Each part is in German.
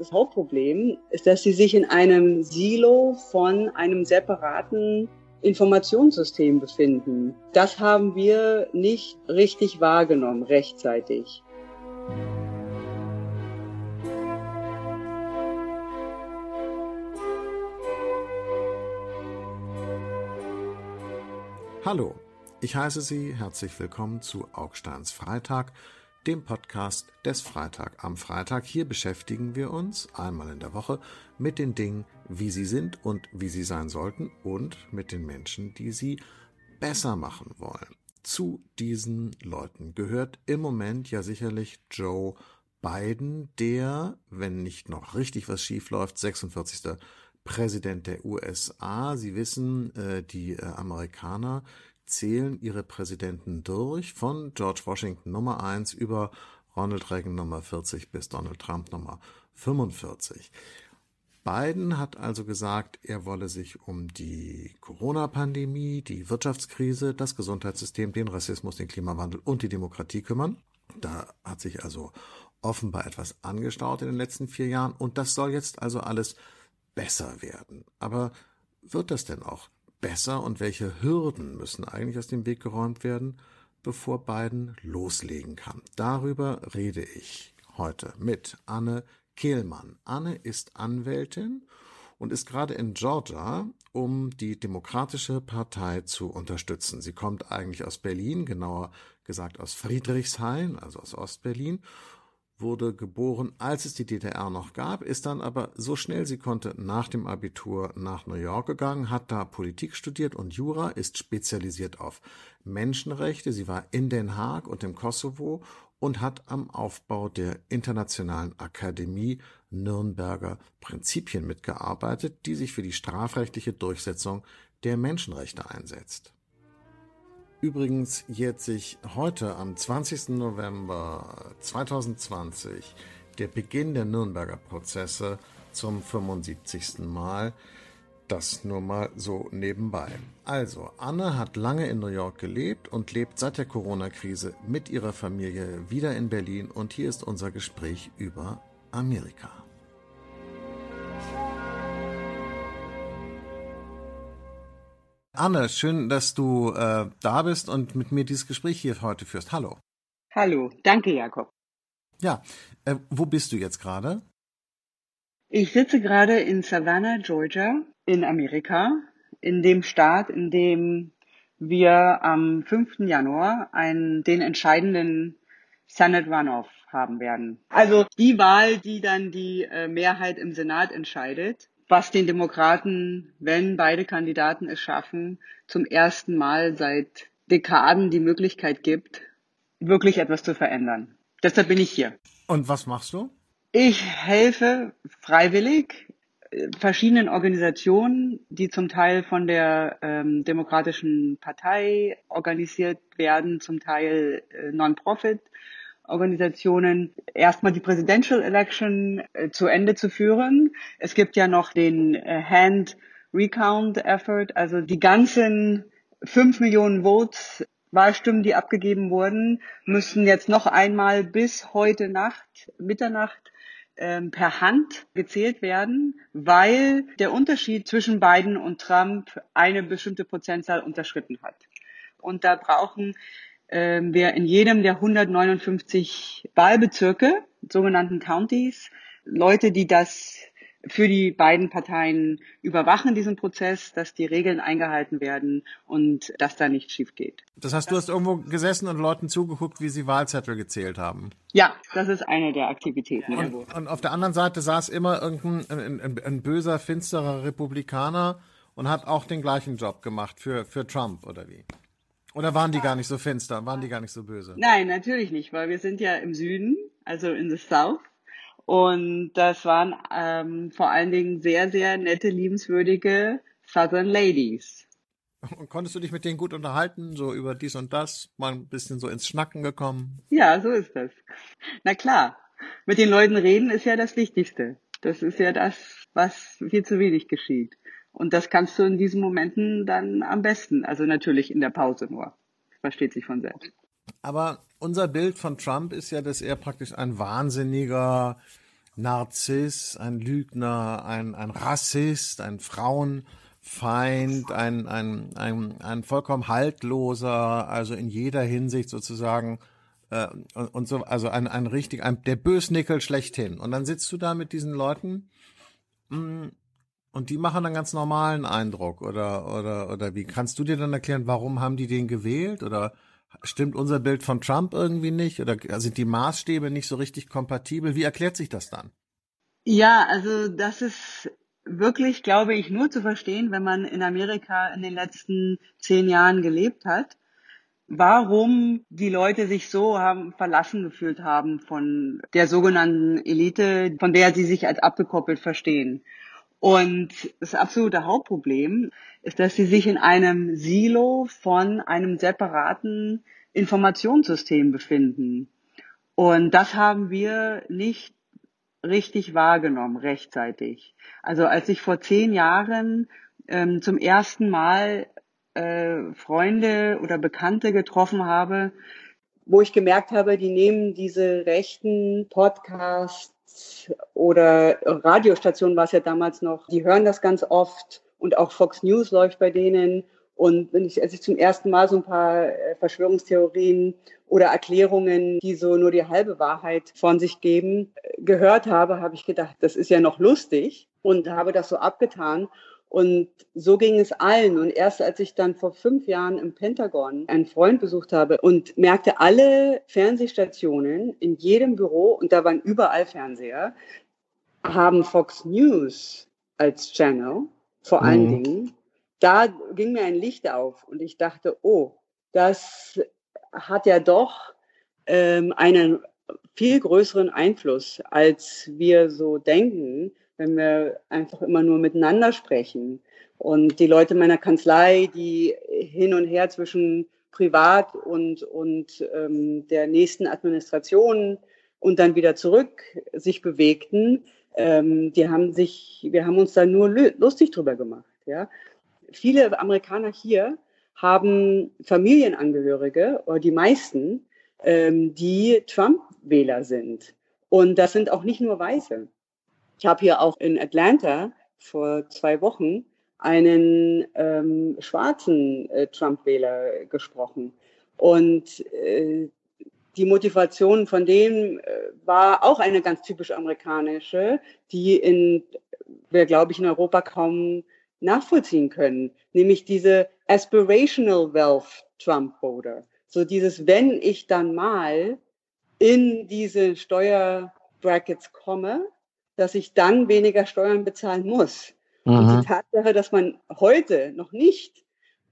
Das Hauptproblem ist, dass sie sich in einem Silo von einem separaten Informationssystem befinden. Das haben wir nicht richtig wahrgenommen rechtzeitig. Hallo, ich heiße Sie herzlich willkommen zu Augsteins Freitag, dem Podcast des Freitag am Freitag. Hier beschäftigen wir uns einmal in der Woche mit den Dingen, wie sie sind und wie sie sein sollten und mit den Menschen, die sie besser machen wollen. Zu diesen Leuten gehört im Moment ja sicherlich Joe Biden, der, wenn nicht noch richtig was schief läuft, 46. Präsident der USA. Sie wissen, die Amerikaner zählen ihre Präsidenten durch, von George Washington Nummer 1 über Ronald Reagan Nummer 40 bis Donald Trump Nummer 45. Biden hat also gesagt, er wolle sich um die Corona-Pandemie, die Wirtschaftskrise, das Gesundheitssystem, den Rassismus, den Klimawandel und die Demokratie kümmern. Da hat sich also offenbar etwas angestaut in den letzten 4 Jahren und das soll jetzt also alles besser werden. Aber wird das denn auch besser und welche Hürden müssen eigentlich aus dem Weg geräumt werden, bevor Biden loslegen kann? Darüber rede ich heute mit Anne Kehlmann. Anne ist Anwältin und ist gerade in Georgia, um die Demokratische Partei zu unterstützen. Sie kommt eigentlich aus Berlin, genauer gesagt aus Friedrichshain, also aus Ostberlin, wurde geboren, als es die DDR noch gab, ist dann aber so schnell sie konnte nach dem Abitur nach New York gegangen, hat da Politik studiert und Jura, ist spezialisiert auf Menschenrechte. Sie war in Den Haag und im Kosovo und hat am Aufbau der Internationalen Akademie Nürnberger Prinzipien mitgearbeitet, die sich für die strafrechtliche Durchsetzung der Menschenrechte einsetzt. Übrigens jährt sich heute am 20. November 2020 der Beginn der Nürnberger Prozesse zum 75. Mal. Das nur mal so nebenbei. Also, Anne hat lange in New York gelebt und lebt seit der Corona-Krise mit ihrer Familie wieder in Berlin. Und hier ist unser Gespräch über Amerika. Anne, schön, dass du da bist und mit mir dieses Gespräch hier heute führst. Hallo. Hallo, danke Jakob. Ja, wo bist du jetzt gerade? Ich sitze gerade in Savannah, Georgia, in Amerika, in dem Staat, in dem wir am 5. Januar den entscheidenden Senate Runoff haben werden. Also die Wahl, die dann die Mehrheit im Senat entscheidet, was den Demokraten, wenn beide Kandidaten es schaffen, zum ersten Mal seit Dekaden die Möglichkeit gibt, wirklich etwas zu verändern. Deshalb bin ich hier. Und was machst du? Ich helfe freiwillig verschiedenen Organisationen, die zum Teil von der Demokratischen Partei organisiert werden, zum Teil Non-Profit-Organisationen, erstmal die Presidential Election zu Ende zu führen. Es gibt ja noch den Hand Recount Effort, also die ganzen 5 Millionen Votes, Wahlstimmen, die abgegeben wurden, müssen jetzt noch einmal bis heute Nacht, Mitternacht, per Hand gezählt werden, weil der Unterschied zwischen Biden und Trump eine bestimmte Prozentzahl unterschritten hat. Und da brauchen wir in jedem der 159 Wahlbezirke, sogenannten Counties, Leute, die das für die beiden Parteien überwachen, diesen Prozess, dass die Regeln eingehalten werden und dass da nichts schief geht. Das heißt, du hast irgendwo gesessen und Leuten zugeguckt, wie sie Wahlzettel gezählt haben? Ja, das ist eine der Aktivitäten. Und auf der anderen Seite saß immer ein böser, finsterer Republikaner und hat auch den gleichen Job gemacht für Trump, oder wie? Oder waren die gar nicht so finster, waren die gar nicht so böse? Nein, natürlich nicht, weil wir sind ja im Süden, also in the South. Und das waren vor allen Dingen sehr, sehr nette, liebenswürdige Southern Ladies. Und konntest du dich mit denen gut unterhalten, so über dies und das, mal ein bisschen so ins Schnacken gekommen? Ja, so ist das. Na klar, mit den Leuten reden ist ja das Wichtigste. Das ist ja das, was viel zu wenig geschieht. Und das kannst du in diesen Momenten dann am besten. Also natürlich in der Pause nur. Das versteht sich von selbst. Aber unser Bild von Trump ist ja, dass er praktisch ein wahnsinniger Narziss, ein Lügner, ein Rassist, ein Frauenfeind, ein vollkommen haltloser, also in jeder Hinsicht sozusagen und so, also der Bösnickel schlechthin. Und dann sitzt du da mit diesen Leuten und die machen einen ganz normalen Eindruck oder wie? Kannst du dir dann erklären, warum haben die den gewählt oder stimmt unser Bild von Trump irgendwie nicht oder sind die Maßstäbe nicht so richtig kompatibel? Wie erklärt sich das dann? Ja, also das ist wirklich, glaube ich, nur zu verstehen, wenn man in Amerika in den letzten 10 Jahren gelebt hat, warum die Leute sich so haben verlassen gefühlt haben von der sogenannten Elite, von der sie sich als abgekoppelt verstehen. Und das absolute Hauptproblem ist, dass sie sich in einem Silo von einem separaten Informationssystem befinden. Und das haben wir nicht richtig wahrgenommen, rechtzeitig. Also als ich vor 10 Jahren zum ersten Mal Freunde oder Bekannte getroffen habe, wo ich gemerkt habe, die nehmen diese rechten Podcasts oder Radiostationen war es ja damals noch, die hören das ganz oft und auch Fox News läuft bei denen. Und als ich zum ersten Mal so ein paar Verschwörungstheorien oder Erklärungen, die so nur die halbe Wahrheit von sich geben, gehört habe, habe ich gedacht, das ist ja noch lustig und habe das so abgetan. Und so ging es allen. Und erst als ich dann vor 5 Jahren im Pentagon einen Freund besucht habe und merkte, alle Fernsehstationen in jedem Büro, und da waren überall Fernseher, haben Fox News als Channel, vor allen Dingen. Da ging mir ein Licht auf und ich dachte, oh, das hat ja doch einen viel größeren Einfluss, als wir so denken, wenn wir einfach immer nur miteinander sprechen. Und die Leute meiner Kanzlei, die hin und her zwischen Privat und der nächsten Administration und dann wieder zurück sich bewegten, wir haben uns da nur lustig drüber gemacht. Ja? Viele Amerikaner hier haben Familienangehörige, oder die meisten, die Trump-Wähler sind. Und das sind auch nicht nur Weiße. Ich habe hier auch in Atlanta vor 2 Wochen einen schwarzen Trump-Wähler gesprochen. Und die Motivation von dem war auch eine ganz typisch amerikanische, die wir, glaube ich, in Europa kaum nachvollziehen können. Nämlich diese Aspirational Wealth Trump Voter. So dieses, wenn ich dann mal in diese Steuerbrackets komme, dass ich dann weniger Steuern bezahlen muss. Und die Tatsache, dass man heute noch nicht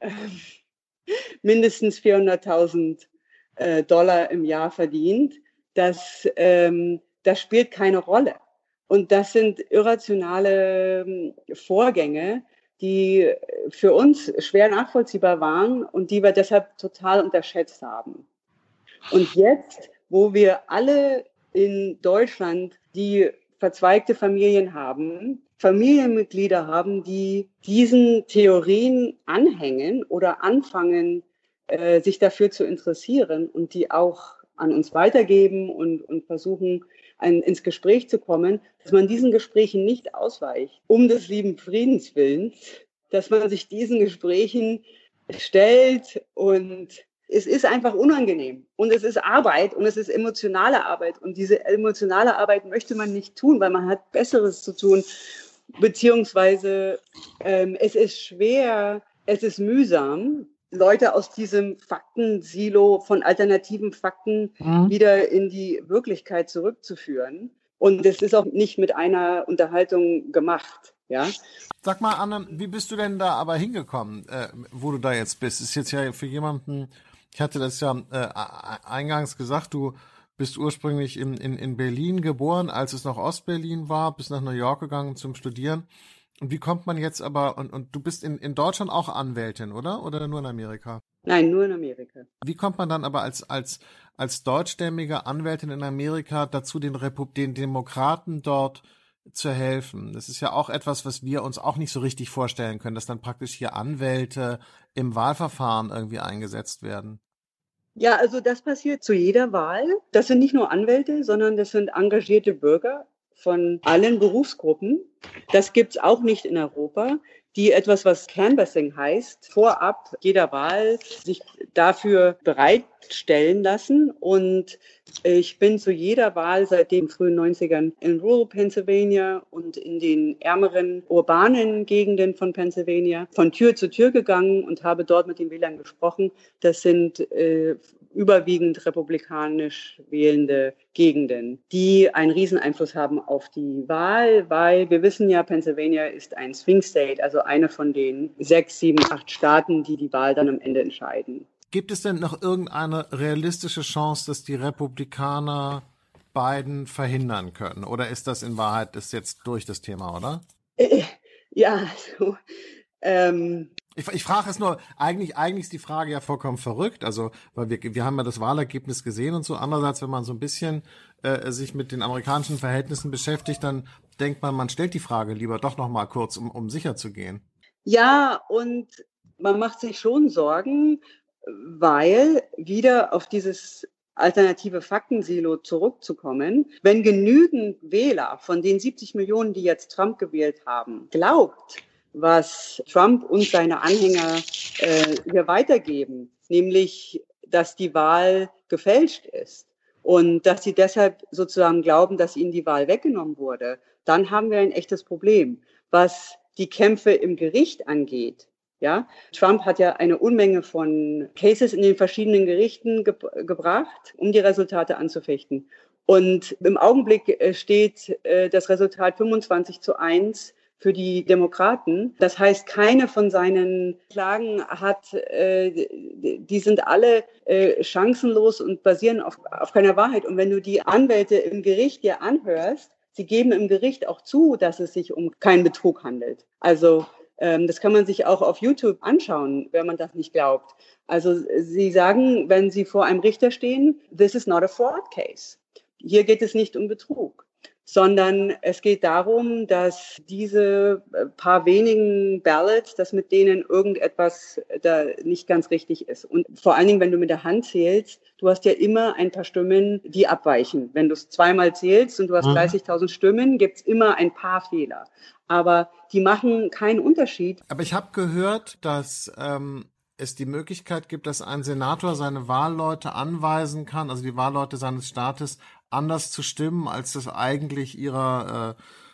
mindestens 400.000 Dollar im Jahr verdient, das spielt keine Rolle. Und das sind irrationale Vorgänge, die für uns schwer nachvollziehbar waren und die wir deshalb total unterschätzt haben. Und jetzt, wo wir alle in Deutschland, die verzweigte Familien haben, Familienmitglieder haben, die diesen Theorien anhängen oder anfangen, sich dafür zu interessieren und die auch an uns weitergeben und versuchen, ins Gespräch zu kommen, dass man diesen Gesprächen nicht ausweicht, um des lieben Friedens willen, dass man sich diesen Gesprächen stellt und es ist einfach unangenehm und es ist Arbeit und es ist emotionale Arbeit und diese emotionale Arbeit möchte man nicht tun, weil man hat Besseres zu tun, beziehungsweise es ist schwer, es ist mühsam, Leute aus diesem Faktensilo von alternativen Fakten wieder in die Wirklichkeit zurückzuführen. Und das ist auch nicht mit einer Unterhaltung gemacht. Ja? Sag mal, Anne, wie bist du denn da aber hingekommen, wo du da jetzt bist? Ist jetzt ja für jemanden, ich hatte das ja eingangs gesagt, du bist ursprünglich in Berlin geboren, als es noch Ostberlin war, bist nach New York gegangen zum Studieren. Und wie kommt man jetzt aber, und du bist in Deutschland auch Anwältin, oder? Oder nur in Amerika? Nein, nur in Amerika. Wie kommt man dann aber als deutschstämmige Anwältin in Amerika dazu, den Demokraten dort zu helfen? Das ist ja auch etwas, was wir uns auch nicht so richtig vorstellen können, dass dann praktisch hier Anwälte im Wahlverfahren irgendwie eingesetzt werden. Ja, also das passiert zu jeder Wahl. Das sind nicht nur Anwälte, sondern das sind engagierte Bürger von allen Berufsgruppen. Das gibt's auch nicht in Europa, die etwas, was Canvassing heißt, vorab jeder Wahl sich dafür bereitstellen lassen. Und ich bin zu jeder Wahl seit den frühen 90ern in Rural Pennsylvania und in den ärmeren urbanen Gegenden von Pennsylvania von Tür zu Tür gegangen und habe dort mit den Wählern gesprochen. Das sind überwiegend republikanisch wählende Gegenden, die einen Rieseneinfluss haben auf die Wahl, weil wir wissen ja, Pennsylvania ist ein Swing State, also eine von den 6, 7, 8 Staaten, die die Wahl dann am Ende entscheiden. Gibt es denn noch irgendeine realistische Chance, dass die Republikaner Biden verhindern können? Oder ist das in Wahrheit das jetzt durch das Thema, oder? Ja, so. Ich frage es nur, eigentlich ist die Frage ja vollkommen verrückt, also weil wir haben ja das Wahlergebnis gesehen und so. Andererseits, wenn man so ein bisschen sich mit den amerikanischen Verhältnissen beschäftigt, dann denkt man stellt die Frage lieber doch noch mal kurz, um sicher zu gehen. Ja, und man macht sich schon Sorgen, weil wieder auf dieses alternative Faktensilo zurückzukommen, wenn genügend Wähler von den 70 Millionen, die jetzt Trump gewählt haben, glaubt, was Trump und seine Anhänger hier weitergeben, nämlich, dass die Wahl gefälscht ist und dass sie deshalb sozusagen glauben, dass ihnen die Wahl weggenommen wurde, dann haben wir ein echtes Problem. Was die Kämpfe im Gericht angeht, ja, Trump hat ja eine Unmenge von Cases in den verschiedenen Gerichten gebracht, um die Resultate anzufechten. Und im Augenblick steht das Resultat 25:1 für die Demokraten. Das heißt, keine von seinen Klagen die sind alle chancenlos und basieren auf keiner Wahrheit. Und wenn du die Anwälte im Gericht dir anhörst, sie geben im Gericht auch zu, dass es sich um keinen Betrug handelt. Also das kann man sich auch auf YouTube anschauen, wenn man das nicht glaubt. Also sie sagen, wenn sie vor einem Richter stehen, this is not a fraud case. Hier geht es nicht um Betrug, sondern es geht darum, dass diese paar wenigen Ballots, dass mit denen irgendetwas da nicht ganz richtig ist. Und vor allen Dingen, wenn du mit der Hand zählst, du hast ja immer ein paar Stimmen, die abweichen. Wenn du es zweimal zählst und du hast 30.000 Stimmen, gibt's immer ein paar Fehler. Aber die machen keinen Unterschied. Aber ich habe gehört, dass es die Möglichkeit gibt, dass ein Senator seine Wahlleute anweisen kann, also die Wahlleute seines Staates, anders zu stimmen, als das eigentlich ihrer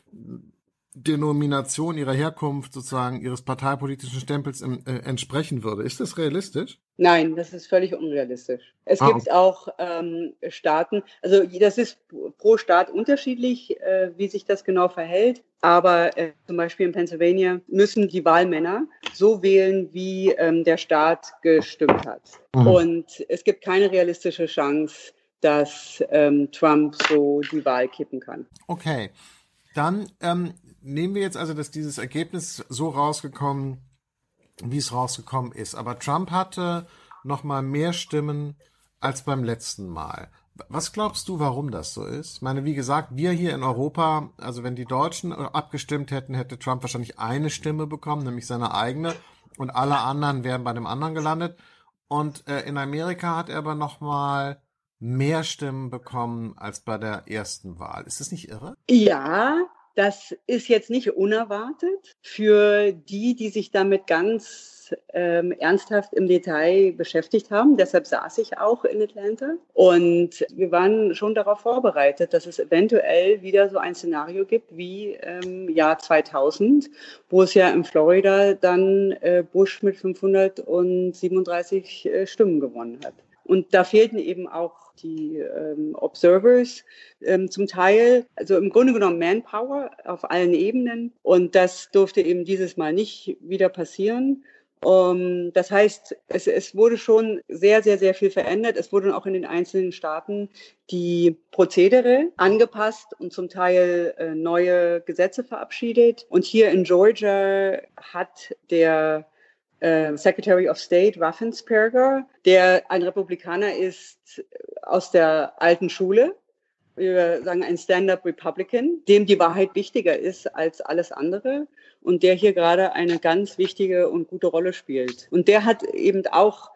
Denomination, ihrer Herkunft, sozusagen ihres parteipolitischen Stempels entsprechen würde. Ist das realistisch? Nein, das ist völlig unrealistisch. Es gibt auch Staaten, also das ist pro Staat unterschiedlich, wie sich das genau verhält. Aber zum Beispiel in Pennsylvania müssen die Wahlmänner so wählen, wie der Staat gestimmt hat. Und es gibt keine realistische Chance, dass Trump so die Wahl kippen kann. Okay, dann nehmen wir jetzt also, dass dieses Ergebnis so rausgekommen, wie es rausgekommen ist. Aber Trump hatte noch mal mehr Stimmen als beim letzten Mal. Was glaubst du, warum das so ist? Ich meine, wie gesagt, wir hier in Europa, also wenn die Deutschen abgestimmt hätten, hätte Trump wahrscheinlich eine Stimme bekommen, nämlich seine eigene, und alle anderen wären bei dem anderen gelandet. Und in Amerika hat er aber noch mal mehr Stimmen bekommen als bei der ersten Wahl. Ist das nicht irre? Ja, das ist jetzt nicht unerwartet für die sich damit ganz ernsthaft im Detail beschäftigt haben. Deshalb saß ich auch in Atlanta. Und wir waren schon darauf vorbereitet, dass es eventuell wieder so ein Szenario gibt wie im Jahr 2000, wo es ja in Florida dann Bush mit 537 Stimmen gewonnen hat. Und da fehlten eben auch die Observers zum Teil, also im Grunde genommen Manpower auf allen Ebenen. Und das durfte eben dieses Mal nicht wieder passieren. Das heißt, es wurde schon sehr, sehr, sehr viel verändert. Es wurden auch in den einzelnen Staaten die Prozedere angepasst und zum Teil neue Gesetze verabschiedet. Und hier in Georgia hat der Secretary of State Raffensperger, der ein Republikaner ist aus der alten Schule, wir sagen ein Stand-up Republican, dem die Wahrheit wichtiger ist als alles andere und der hier gerade eine ganz wichtige und gute Rolle spielt. Und der hat eben auch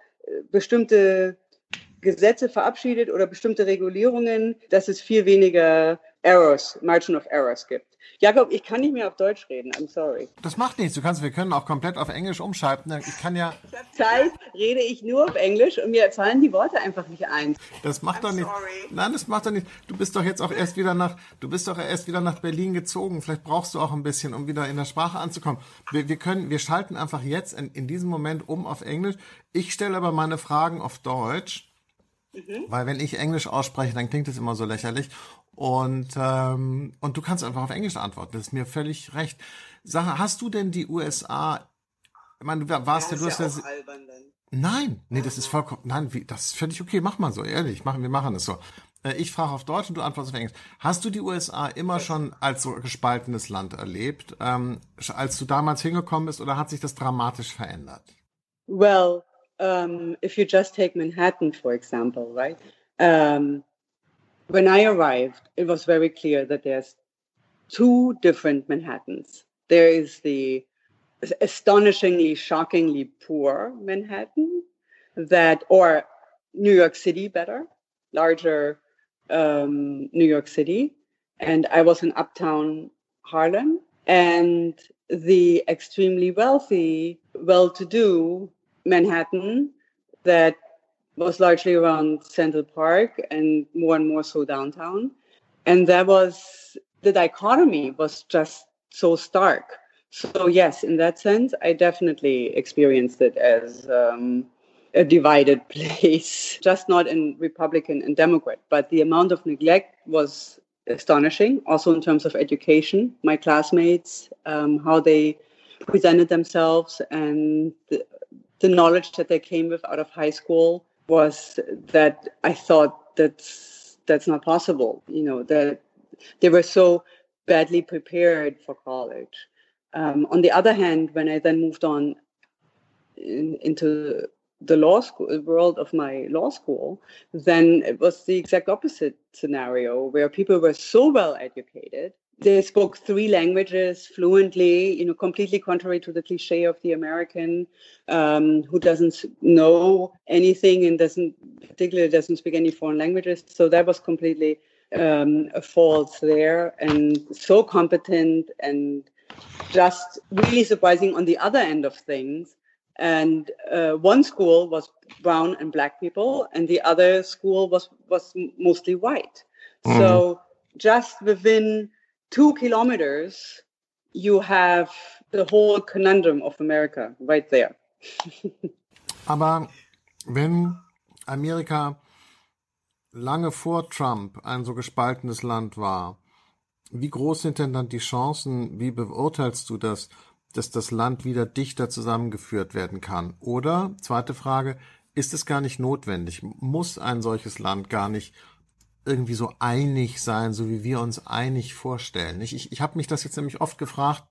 bestimmte Gesetze verabschiedet oder bestimmte Regulierungen, dass es viel weniger Margin of Errors gibt. Jakob, ich kann nicht mehr auf Deutsch reden, I'm sorry. Das macht nichts, wir können auch komplett auf Englisch umschalten. Ich kann ja... Zeit rede ich nur auf Englisch und mir fallen die Worte einfach nicht ein. Das macht doch nichts. Nein, das macht doch nichts. Du bist doch erst wieder nach Berlin gezogen. Vielleicht brauchst du auch ein bisschen, um wieder in der Sprache anzukommen. Wir schalten einfach jetzt in diesem Moment um auf Englisch. Ich stelle aber meine Fragen auf Deutsch. Weil wenn ich Englisch ausspreche, dann klingt es immer so lächerlich. Und du kannst einfach auf Englisch antworten. Das ist mir völlig recht. Sag, hast du denn die USA... Ich meine, du warst ja, du hast ja auch albern dann. Nein, das ist vollkommen... Nein, das ist völlig okay. Mach mal so, ehrlich. Wir machen es so. Ich frage auf Deutsch und du antwortest auf Englisch. Hast du die USA immer schon als so gespaltenes Land erlebt, als du damals hingekommen bist, oder hat sich das dramatisch verändert? Well... if you just take Manhattan, for example, right? When I arrived, it was very clear that there's two different Manhattans. There is the astonishingly, shockingly poor Manhattan or New York City better, larger New York City. And I was in uptown Harlem, and the extremely wealthy, well-to-do Manhattan that was largely around Central Park and more so downtown. And the dichotomy was just so stark. So yes, in that sense, I definitely experienced it as a divided place, just not in Republican and Democrat, but the amount of neglect was astonishing, also in terms of education. My classmates, how they presented themselves, and the knowledge that they came with out of high school was that I thought that's not possible. That they were so badly prepared for college. On the other hand, when I then moved on into the law school world of my law school, then it was the exact opposite scenario, where people were so well educated. They spoke 3 languages fluently, completely contrary to the cliche of the American who doesn't know anything and particularly doesn't speak any foreign languages. So that was completely a false there, and so competent and just really surprising on the other end of things. And one school was brown and black people, and the other school was mostly white. Mm. So just within 2 kilometers, you have the whole conundrum of America right there. Aber wenn Amerika lange vor Trump ein so gespaltenes Land war, wie groß sind denn dann die Chancen, wie beurteilst du das, dass das Land wieder dichter zusammengeführt werden kann? Oder, zweite Frage, ist es gar nicht notwendig? Muss ein solches Land gar nicht irgendwie so einig sein, so wie wir uns einig vorstellen? Ich habe mich das jetzt nämlich oft gefragt,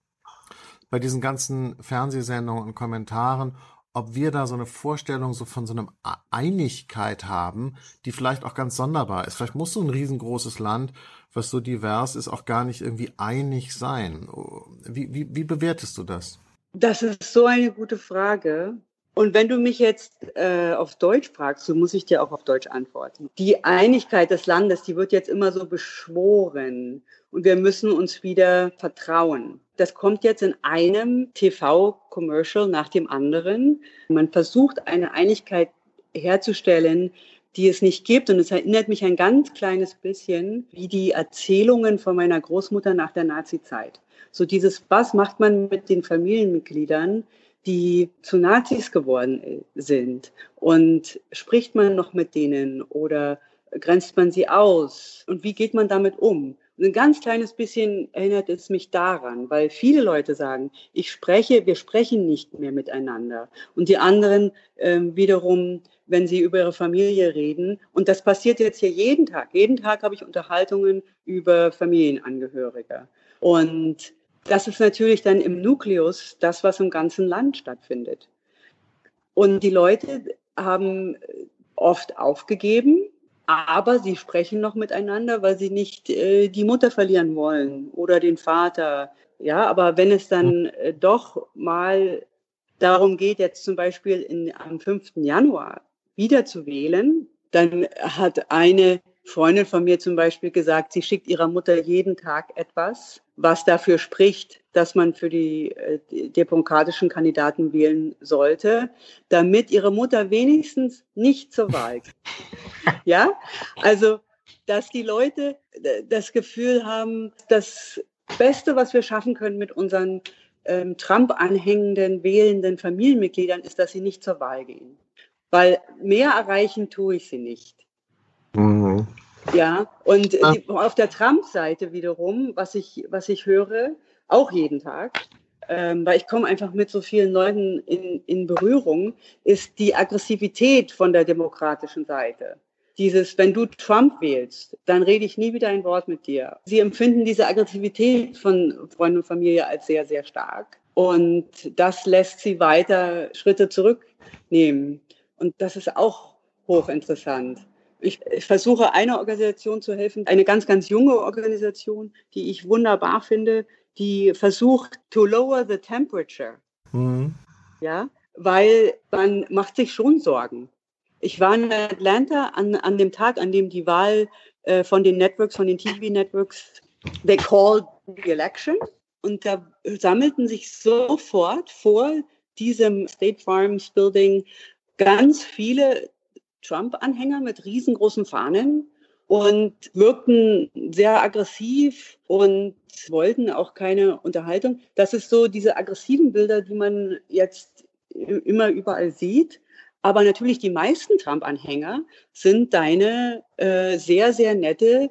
bei diesen ganzen Fernsehsendungen und Kommentaren, ob wir da so eine Vorstellung so von so einer Einigkeit haben, die vielleicht auch ganz sonderbar ist. Vielleicht muss so ein riesengroßes Land, was so divers ist, auch gar nicht irgendwie einig sein. Wie bewertest du das? Das ist so eine gute Frage. Und wenn du mich jetzt auf Deutsch fragst, so muss ich dir auch auf Deutsch antworten. Die Einigkeit des Landes, die wird jetzt immer so beschworen. Und wir müssen uns wieder vertrauen. Das kommt jetzt in einem TV-Commercial nach dem anderen. Man versucht, eine Einigkeit herzustellen, die es nicht gibt. Und es erinnert mich ein ganz kleines bisschen wie die Erzählungen von meiner Großmutter nach der Nazi-Zeit. So dieses, was macht man mit den Familienmitgliedern, die zu Nazis geworden sind? Und spricht man noch mit denen oder grenzt man sie aus? Und wie geht man damit um? Und ein ganz kleines bisschen erinnert es mich daran, weil viele Leute sagen, wir sprechen nicht mehr miteinander. Und die anderen wiederum, wenn sie über ihre Familie reden, und das passiert jetzt hier jeden Tag. Jeden Tag habe ich Unterhaltungen über Familienangehörige. Und das ist natürlich dann im Nukleus das, was im ganzen Land stattfindet. Und die Leute haben oft aufgegeben, aber sie sprechen noch miteinander, weil sie nicht die Mutter verlieren wollen oder den Vater. Ja, aber wenn es dann doch mal darum geht, jetzt zum Beispiel am 5. Januar wieder zu wählen, dann hat eine Freundin von mir zum Beispiel gesagt, sie schickt ihrer Mutter jeden Tag etwas, was dafür spricht, dass man für die demokratischen Kandidaten wählen sollte, damit ihre Mutter wenigstens nicht zur Wahl geht. Ja, also, dass die Leute das Gefühl haben, das Beste, was wir schaffen können mit unseren Trump-anhängenden, wählenden Familienmitgliedern, ist, dass sie nicht zur Wahl gehen. Weil mehr erreichen tue ich sie nicht. Mhm. Ja, und auf der Trump-Seite wiederum, was ich höre, auch jeden Tag, weil ich komme einfach mit so vielen Leuten in Berührung, ist die Aggressivität von der demokratischen Seite. Dieses, wenn du Trump wählst, dann rede ich nie wieder ein Wort mit dir. Sie empfinden diese Aggressivität von Freunden und Familie als sehr, sehr stark. Und das lässt sie weiter Schritte zurücknehmen. Und das ist auch hochinteressant. Ich versuche einer Organisation zu helfen, eine ganz, ganz junge Organisation, die ich wunderbar finde, die versucht to lower the temperature. Mhm. Ja, weil man macht sich schon Sorgen. Ich war in Atlanta an dem Tag, an dem die Wahl von den Networks, von den TV-Networks, they called the election. Und da sammelten sich sofort vor diesem State Farms Building ganz viele Trump-Anhänger mit riesengroßen Fahnen und wirkten sehr aggressiv und wollten auch keine Unterhaltung. Das ist so diese aggressiven Bilder, die man jetzt immer überall sieht. Aber natürlich die meisten Trump-Anhänger sind deine sehr, sehr nette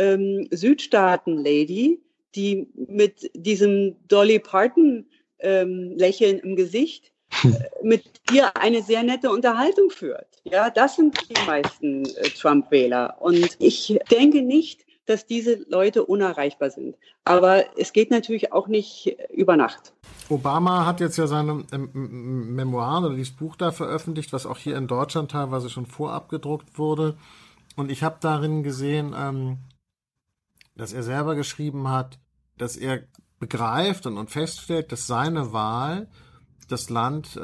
Südstaaten-Lady, die mit diesem Dolly Parton-Lächeln im Gesicht mit dir eine sehr nette Unterhaltung führt. Ja, das sind die meisten Trump-Wähler. Und ich denke nicht, dass diese Leute unerreichbar sind. Aber es geht natürlich auch nicht über Nacht. Obama hat jetzt ja seine Memoiren oder dieses Buch da veröffentlicht, was auch hier in Deutschland teilweise schon vorab gedruckt wurde. Und ich habe darin gesehen, dass er selber geschrieben hat, dass er begreift und feststellt, dass seine Wahl das Land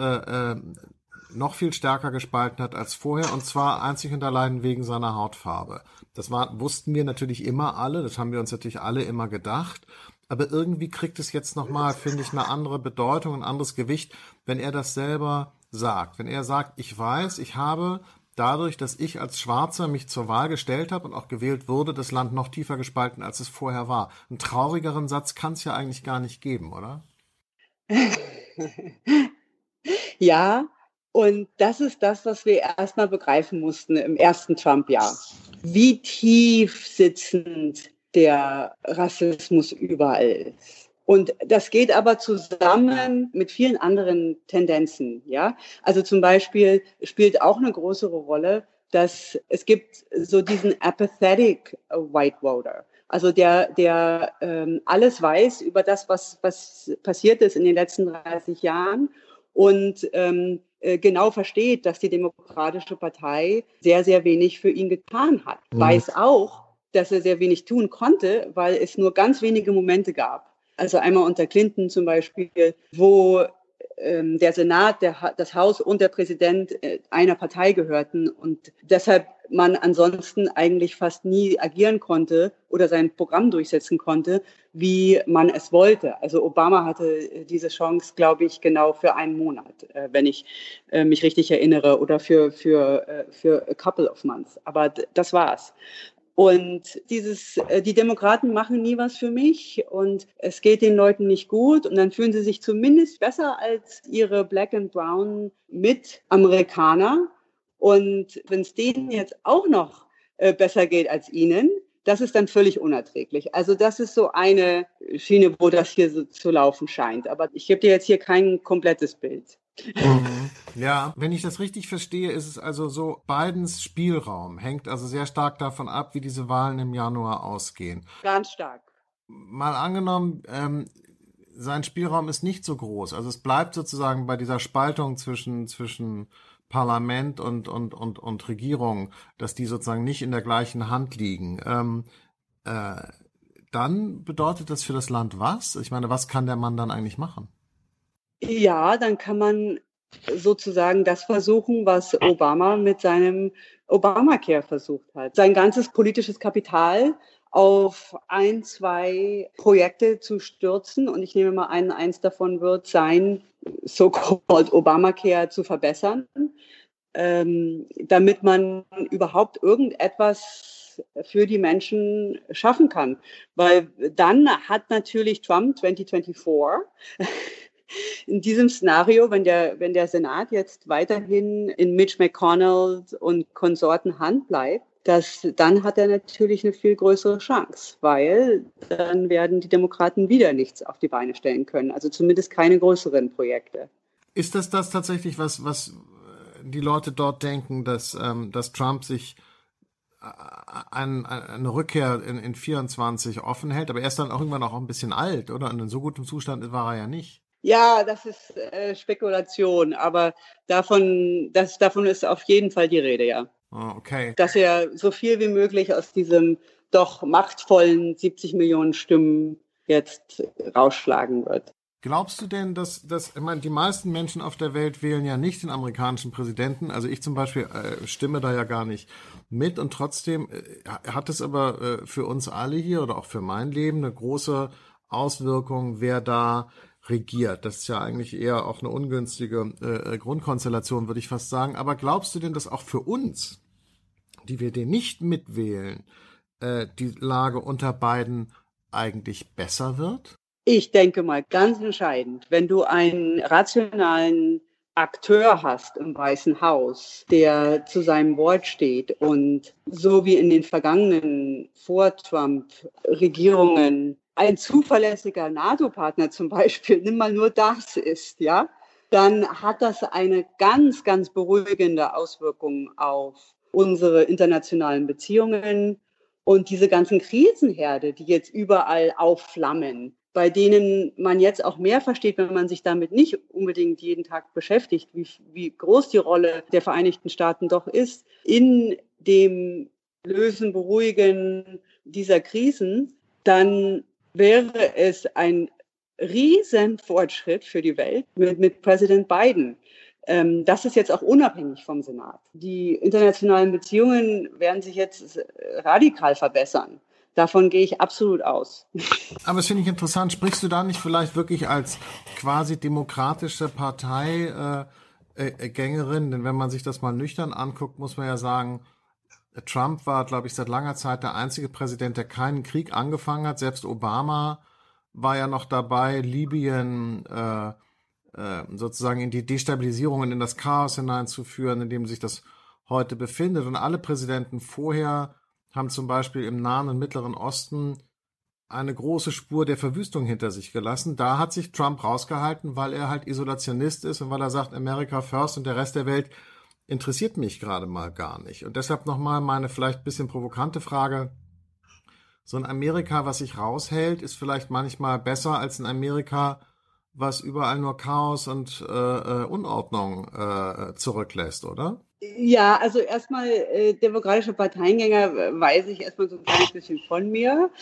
noch viel stärker gespalten hat als vorher, und zwar einzig und allein wegen seiner Hautfarbe. Das wussten wir natürlich immer alle, das haben wir uns natürlich alle immer gedacht, aber irgendwie kriegt es jetzt nochmal, finde ich, eine andere Bedeutung, ein anderes Gewicht, wenn er das selber sagt. Wenn er sagt, ich weiß, ich habe dadurch, dass ich als Schwarzer mich zur Wahl gestellt habe und auch gewählt wurde, das Land noch tiefer gespalten, als es vorher war. Einen traurigeren Satz kann es ja eigentlich gar nicht geben, oder? Ja, und das ist das, was wir erstmal begreifen mussten im ersten Trump-Jahr. Wie tief sitzend der Rassismus überall ist. Und das geht aber zusammen mit vielen anderen Tendenzen. Ja, also zum Beispiel spielt auch eine größere Rolle, dass es gibt so diesen apathetic White Voter. Also der alles weiß über das, was passiert ist in den letzten 30 Jahren und genau versteht, dass die Demokratische Partei sehr, sehr wenig für ihn getan hat. Weiß auch, dass er sehr wenig tun konnte, weil es nur ganz wenige Momente gab. Also einmal unter Clinton zum Beispiel, wo der Senat, das Haus und der Präsident einer Partei gehörten und deshalb man ansonsten eigentlich fast nie agieren konnte oder sein Programm durchsetzen konnte, wie man es wollte. Also Obama hatte diese Chance, glaube ich, genau für einen Monat, wenn ich mich richtig erinnere, oder für a couple of months. Aber das war's. Und die Demokraten machen nie was für mich und es geht den Leuten nicht gut und dann fühlen sie sich zumindest besser als ihre Black and Brown Mitamerikaner. Und wenn es denen jetzt auch noch besser geht als ihnen, das ist dann völlig unerträglich. Also das ist so eine Schiene, wo das hier so zu laufen scheint. Aber ich gebe dir jetzt hier kein komplettes Bild. Ja, wenn ich das richtig verstehe, ist es also so, Bidens Spielraum hängt also sehr stark davon ab, wie diese Wahlen im Januar ausgehen. Ganz stark. Mal angenommen, sein Spielraum ist nicht so groß. Also es bleibt sozusagen bei dieser Spaltung zwischen Parlament und Regierung, dass die sozusagen nicht in der gleichen Hand liegen. Dann bedeutet das für das Land was? Ich meine, was kann der Mann dann eigentlich machen? Ja, dann kann man sozusagen das versuchen, was Obama mit seinem Obamacare versucht hat. Sein ganzes politisches Kapital auf 2 Projekte zu stürzen. Und ich nehme mal an, eins davon wird sein, so-called Obamacare zu verbessern, damit man überhaupt irgendetwas für die Menschen schaffen kann. Weil dann hat natürlich Trump 2024 in diesem Szenario, wenn der Senat jetzt weiterhin in Mitch McConnell und Konsorten Hand bleibt, dann hat er natürlich eine viel größere Chance, weil dann werden die Demokraten wieder nichts auf die Beine stellen können, also zumindest keine größeren Projekte. Ist das tatsächlich, was die Leute dort denken, dass Trump sich eine Rückkehr in 24 offen hält, aber er ist dann auch irgendwann auch ein bisschen alt, oder? Und in so gutem Zustand war er ja nicht. Ja, das ist Spekulation, aber davon ist auf jeden Fall die Rede, ja. Oh, okay. Dass er so viel wie möglich aus diesem doch machtvollen 70 Millionen Stimmen jetzt rausschlagen wird. Glaubst du denn, dass ich meine, die meisten Menschen auf der Welt wählen ja nicht den amerikanischen Präsidenten, also ich zum Beispiel stimme da ja gar nicht mit und trotzdem hat es aber für uns alle hier oder auch für mein Leben eine große Auswirkung, wer da regiert. Das ist ja eigentlich eher auch eine ungünstige Grundkonstellation, würde ich fast sagen. Aber glaubst du denn, dass auch für uns, die wir den nicht mitwählen, die Lage unter Biden eigentlich besser wird? Ich denke mal ganz entscheidend, wenn du einen rationalen Akteur hast im Weißen Haus, der zu seinem Wort steht und so wie in den vergangenen Vor-Trump-Regierungen ein zuverlässiger NATO-Partner zum Beispiel, nimm mal nur das ist, ja, dann hat das eine ganz, ganz beruhigende Auswirkung auf unsere internationalen Beziehungen und diese ganzen Krisenherde, die jetzt überall aufflammen, bei denen man jetzt auch mehr versteht, wenn man sich damit nicht unbedingt jeden Tag beschäftigt, wie groß die Rolle der Vereinigten Staaten doch ist in dem Lösen, Beruhigen dieser Krisen, dann wäre es ein Riesenfortschritt für die Welt mit Präsident Biden. Das ist jetzt auch unabhängig vom Senat. Die internationalen Beziehungen werden sich jetzt radikal verbessern. Davon gehe ich absolut aus. Aber das finde ich interessant. Sprichst du da nicht vielleicht wirklich als quasi demokratische Parteigängerin? Denn wenn man sich das mal nüchtern anguckt, muss man ja sagen, Trump war, glaube ich, seit langer Zeit der einzige Präsident, der keinen Krieg angefangen hat. Selbst Obama war ja noch dabei, Libyen sozusagen in die Destabilisierung und in das Chaos hineinzuführen, in dem sich das heute befindet. Und alle Präsidenten vorher haben zum Beispiel im Nahen und Mittleren Osten eine große Spur der Verwüstung hinter sich gelassen. Da hat sich Trump rausgehalten, weil er halt Isolationist ist und weil er sagt, America first und der Rest der Welt interessiert mich gerade mal gar nicht. Und deshalb nochmal meine vielleicht ein bisschen provokante Frage. So ein Amerika, was sich raushält, ist vielleicht manchmal besser als ein Amerika, was überall nur Chaos und Unordnung zurücklässt, oder? Ja, also erstmal demokratische Parteigänger weiß ich erstmal so ein kleines bisschen von mir.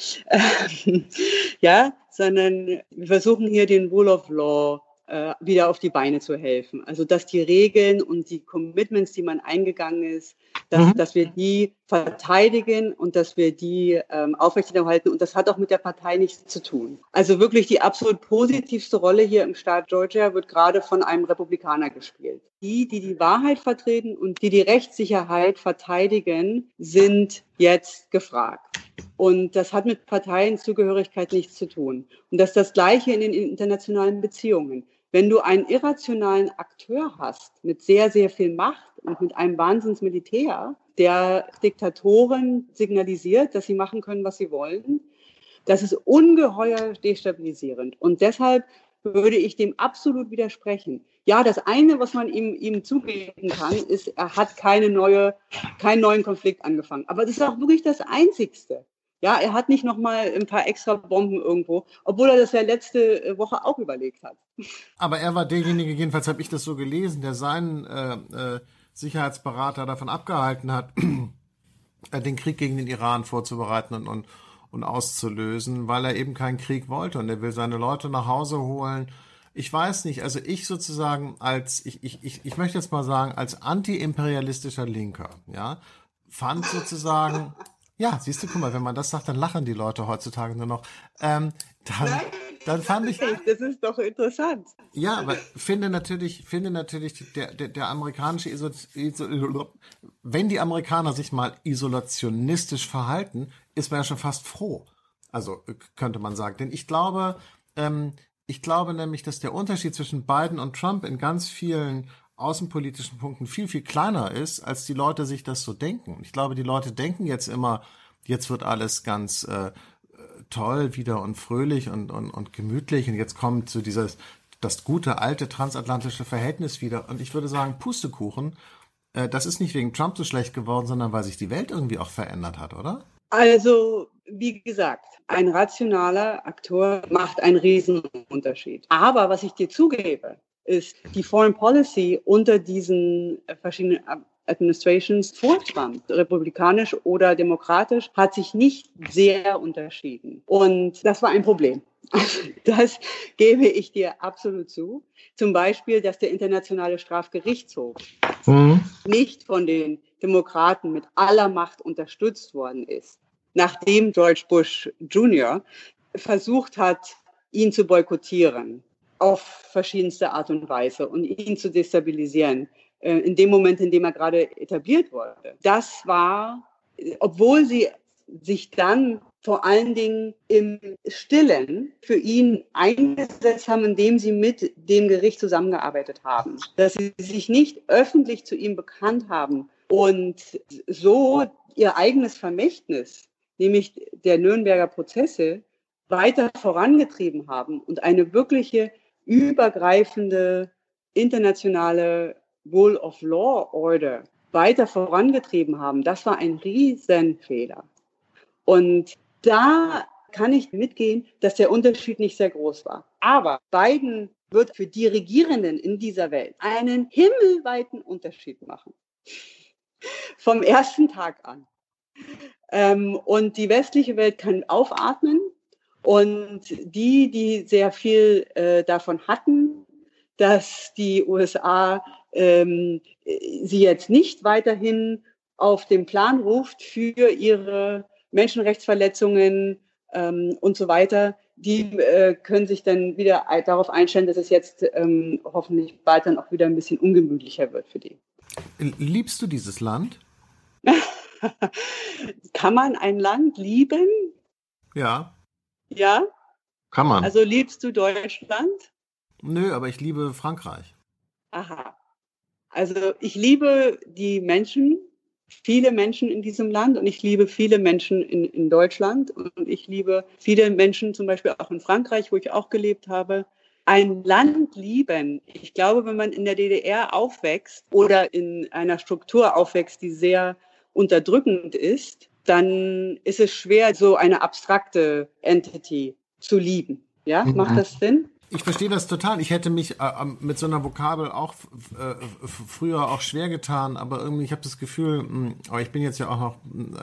Ja, sondern wir versuchen hier den Rule of Law wieder auf die Beine zu helfen. Also dass die Regeln und die Commitments, die man eingegangen ist, dass wir die verteidigen und dass wir die aufrechterhalten. Und das hat auch mit der Partei nichts zu tun. Also wirklich die absolut positivste Rolle hier im Staat Georgia wird gerade von einem Republikaner gespielt. Die Wahrheit vertreten und die Rechtssicherheit verteidigen, sind jetzt gefragt. Und das hat mit Parteienzugehörigkeit nichts zu tun. Und das ist das Gleiche in den internationalen Beziehungen. Wenn du einen irrationalen Akteur hast mit sehr, sehr viel Macht und mit einem Wahnsinnsmilitär, der Diktatoren signalisiert, dass sie machen können, was sie wollen, das ist ungeheuer destabilisierend. Und deshalb würde ich dem absolut widersprechen. Ja, das eine, was man ihm zugeben kann, ist, er hat keinen neuen Konflikt angefangen. Aber das ist auch wirklich das Einzigste. Ja, er hat nicht noch mal ein paar extra Bomben irgendwo, obwohl er das ja letzte Woche auch überlegt hat. Aber er war derjenige, jedenfalls habe ich das so gelesen, der seinen Sicherheitsberater davon abgehalten hat, den Krieg gegen den Iran vorzubereiten und auszulösen, weil er eben keinen Krieg wollte. Und er will seine Leute nach Hause holen. ich weiß nicht, also ich sozusagen ich möchte jetzt mal sagen, als anti-imperialistischer Linker, ja, fand sozusagen, ja, siehst du, guck mal, wenn man das sagt, dann lachen die Leute heutzutage nur noch. Ähm, dann, Nein, dann fand ich, das ist doch interessant. ja, aber finde natürlich der amerikanische wenn die Amerikaner sich mal isolationistisch verhalten, ist man ja schon fast froh. Also könnte man sagen. Denn ich glaube nämlich, dass der Unterschied zwischen Biden und Trump in ganz vielen außenpolitischen Punkten viel, viel kleiner ist, als die Leute sich das so denken. Ich glaube, die Leute denken jetzt immer, jetzt wird alles ganz toll wieder und fröhlich und gemütlich und jetzt kommt so das gute alte transatlantische Verhältnis wieder. Und ich würde sagen, Pustekuchen, das ist nicht wegen Trump so schlecht geworden, sondern weil sich die Welt irgendwie auch verändert hat, oder? Also, wie gesagt, ein rationaler Akteur macht einen Riesenunterschied. Aber was ich dir zugebe, ist die Foreign Policy unter diesen verschiedenen Administrations vor Trump, republikanisch oder demokratisch, hat sich nicht sehr unterschieden. Und das war ein Problem. Das gebe ich dir absolut zu. Zum Beispiel, dass der Internationale Strafgerichtshof nicht von den Demokraten mit aller Macht unterstützt worden ist, nachdem George Bush Jr. versucht hat, ihn zu boykottieren auf verschiedenste Art und Weise und ihn zu destabilisieren, in dem Moment, in dem er gerade etabliert wurde. Das war, obwohl sie sich dann vor allen Dingen im Stillen für ihn eingesetzt haben, indem sie mit dem Gericht zusammengearbeitet haben. Dass sie sich nicht öffentlich zu ihm bekannt haben und so ihr eigenes Vermächtnis, nämlich der Nürnberger Prozesse, weiter vorangetrieben haben und eine wirkliche übergreifende internationale Rule of Law Order weiter vorangetrieben haben. Das war ein Riesenfehler. Und da kann ich mitgehen, dass der Unterschied nicht sehr groß war. Aber Biden wird für die Regierenden in dieser Welt einen himmelweiten Unterschied machen. Vom ersten Tag an. Und die westliche Welt kann aufatmen. Und die sehr viel davon hatten, dass die USA sie jetzt nicht weiterhin auf den Plan ruft für ihre Menschenrechtsverletzungen und so weiter, die können sich dann wieder darauf einstellen, dass es jetzt hoffentlich bald dann auch wieder ein bisschen ungemütlicher wird für die. Liebst du dieses Land? Kann man ein Land lieben? Ja. Ja? Kann man. Also liebst du Deutschland? Nö, aber ich liebe Frankreich. Aha. Also ich liebe die Menschen, viele Menschen in diesem Land und ich liebe viele Menschen in Deutschland und ich liebe viele Menschen zum Beispiel auch in Frankreich, wo ich auch gelebt habe. Ein Land lieben. Ich glaube, wenn man in der DDR aufwächst oder in einer Struktur aufwächst, die sehr unterdrückend ist, dann ist es schwer, so eine abstrakte Entity zu lieben. Ja, macht das Sinn? Ich verstehe das total. Ich hätte mich mit so einer Vokabel auch früher auch schwer getan, aber irgendwie, ich habe das Gefühl, aber ich bin jetzt ja auch noch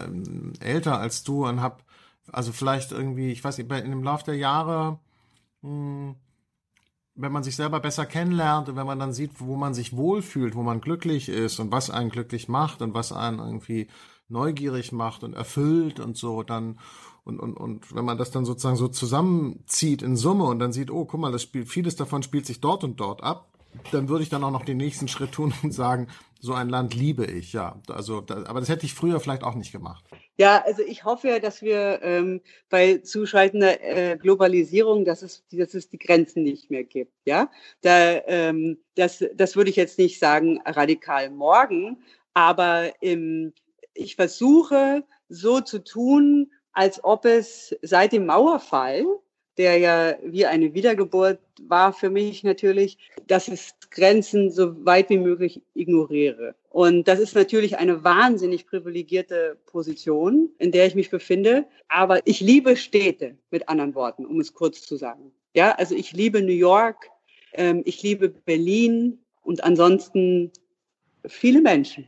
älter als du und habe, also vielleicht irgendwie, ich weiß nicht, in dem Lauf der Jahre, wenn man sich selber besser kennenlernt und wenn man dann sieht, wo man sich wohlfühlt, wo man glücklich ist und was einen glücklich macht und was einen irgendwie neugierig macht und erfüllt und so, dann und wenn man das dann sozusagen so zusammenzieht in Summe und dann sieht, oh, guck mal, vieles davon spielt sich dort und dort ab, dann würde ich dann auch noch den nächsten Schritt tun und sagen, so ein Land liebe ich, ja. Also, aber das hätte ich früher vielleicht auch nicht gemacht. Ja, also ich hoffe ja, dass wir bei zuschreitender Globalisierung, dass es die Grenzen nicht mehr gibt. Ja, das würde ich jetzt nicht sagen radikal morgen, aber ich versuche so zu tun, als ob es seit dem Mauerfall, der ja wie eine Wiedergeburt war für mich natürlich, dass es Grenzen so weit wie möglich ignoriere. Und das ist natürlich eine wahnsinnig privilegierte Position, in der ich mich befinde. Aber ich liebe Städte, mit anderen Worten, um es kurz zu sagen. Ja, also ich liebe New York, ich liebe Berlin und ansonsten viele Menschen.